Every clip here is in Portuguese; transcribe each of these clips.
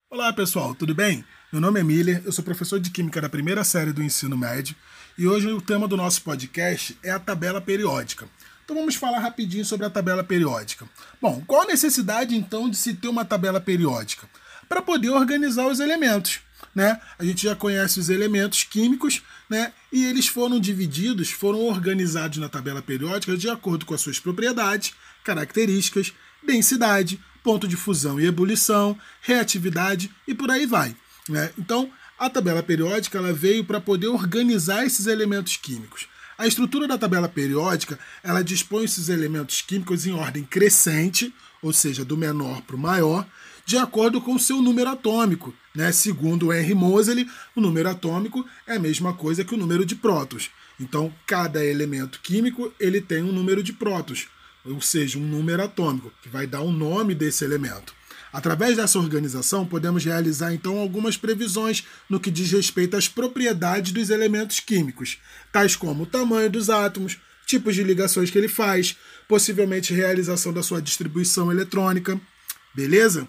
Olá pessoal, tudo bem? Meu nome é Miller, eu sou professor de Química da primeira série do ensino médio e hoje o tema do nosso podcast é a tabela periódica. Então vamos falar rapidinho sobre a tabela periódica. Bom, qual a necessidade então de se ter uma tabela periódica? Para poder organizar os elementos, né? A gente já conhece os elementos químicos, né? E eles foram divididos, foram organizados na tabela periódica de acordo com as suas propriedades, características, densidade, ponto de fusão e ebulição, reatividade e por aí vai, né? Então, a tabela periódica ela veio para poder organizar esses elementos químicos. A estrutura da tabela periódica ela dispõe esses elementos químicos em ordem crescente, ou seja, do menor para o maior, de acordo com o seu número atômico, né? Segundo o Henry Moseley, o número atômico é a mesma coisa que o número de prótons. Então, cada elemento químico ele tem um número de prótons, ou seja, um número atômico, que vai dar o nome desse elemento. Através dessa organização, podemos realizar então algumas previsões no que diz respeito às propriedades dos elementos químicos, tais como o tamanho dos átomos, tipos de ligações que ele faz, possivelmente realização da sua distribuição eletrônica, beleza?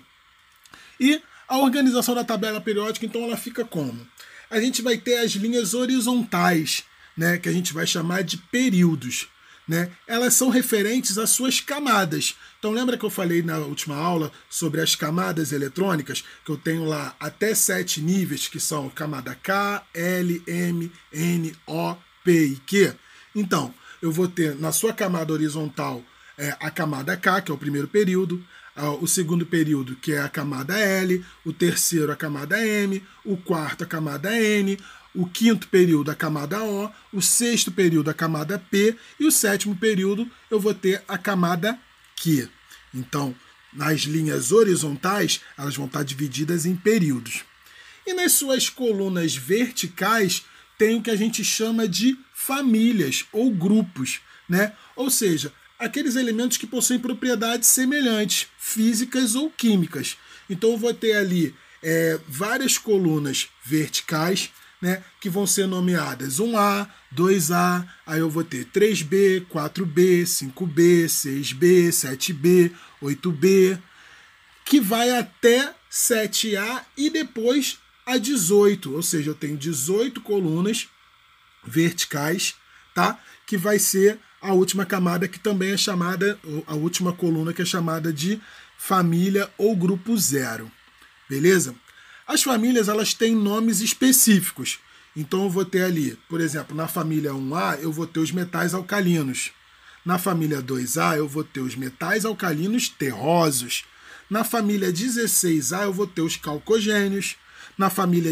E a organização da tabela periódica, então, ela fica como? A gente vai ter as linhas horizontais, né, que a gente vai chamar de períodos. Né? Elas são referentes às suas camadas. Então lembra que eu falei na última aula sobre as camadas eletrônicas, que eu tenho lá até 7 níveis, que são camada K, L, M, N, O, P e Q? Então, eu vou ter na sua camada horizontal a camada K, que é o primeiro período, o segundo período, que é a camada L, o terceiro a camada M, o quarto a camada N, o quinto período a camada O, o sexto período a camada P e o sétimo período eu vou ter a camada Q. Então, nas linhas horizontais, elas vão estar divididas em períodos. E nas suas colunas verticais, tem o que a gente chama de famílias ou grupos, né? Ou seja, aqueles elementos que possuem propriedades semelhantes, físicas ou químicas. Então, eu vou ter ali várias colunas verticais, né, que vão ser nomeadas 1A, 2A, aí eu vou ter 3B, 4B, 5B, 6B, 7B, 8B, que vai até 7A e depois a 18, ou seja, eu tenho 18 colunas verticais, tá? Que vai ser a última camada, que também é chamada, a última coluna que é chamada de família ou grupo zero, beleza? As famílias elas têm nomes específicos. Então eu vou ter ali, por exemplo, na família 1A eu vou ter os metais alcalinos. Na família 2A eu vou ter os metais alcalinos terrosos. Na família 16A eu vou ter os calcogênios. Na família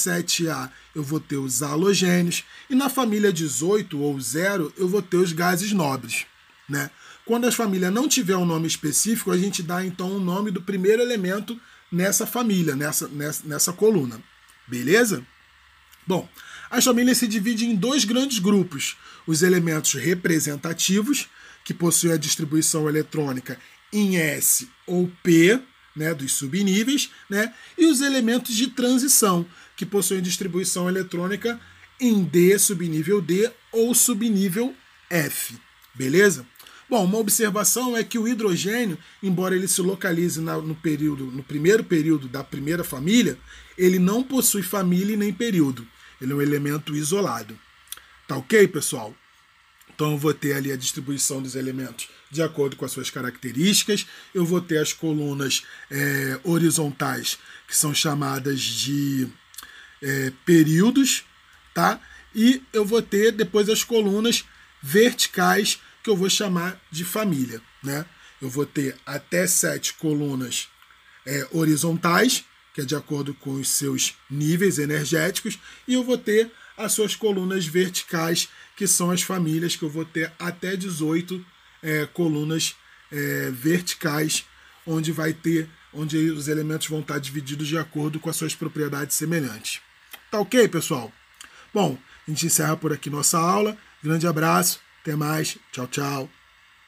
17A eu vou ter os halogênios. E na família 18 ou 0 eu vou ter os gases nobres, né? Quando a família não tiver um nome específico, a gente dá então o nome do primeiro elemento nessa família, nessa coluna. Beleza? Bom, as famílias se dividem em dois grandes grupos. Os elementos representativos, que possuem a distribuição eletrônica em S ou P, né, dos subníveis, né, e os elementos de transição, que possuem distribuição eletrônica em D, subnível D ou subnível F. Beleza? Bom, uma observação é que o hidrogênio, embora ele se localize no primeiro período da primeira família, ele não possui família e nem período. Ele é um elemento isolado. Tá ok, pessoal? Então eu vou ter ali a distribuição dos elementos de acordo com as suas características. Eu vou ter as colunas horizontais, que são chamadas de períodos, tá? E eu vou ter depois as colunas verticais, que eu vou chamar de família, né? Eu vou ter até 7 colunas horizontais, que é de acordo com os seus níveis energéticos, e eu vou ter as suas colunas verticais, que são as famílias, que eu vou ter até 18 colunas verticais, onde os elementos vão estar divididos de acordo com as suas propriedades semelhantes. Tá ok, pessoal? Bom, a gente encerra por aqui nossa aula. Grande abraço. Até mais. Tchau, tchau.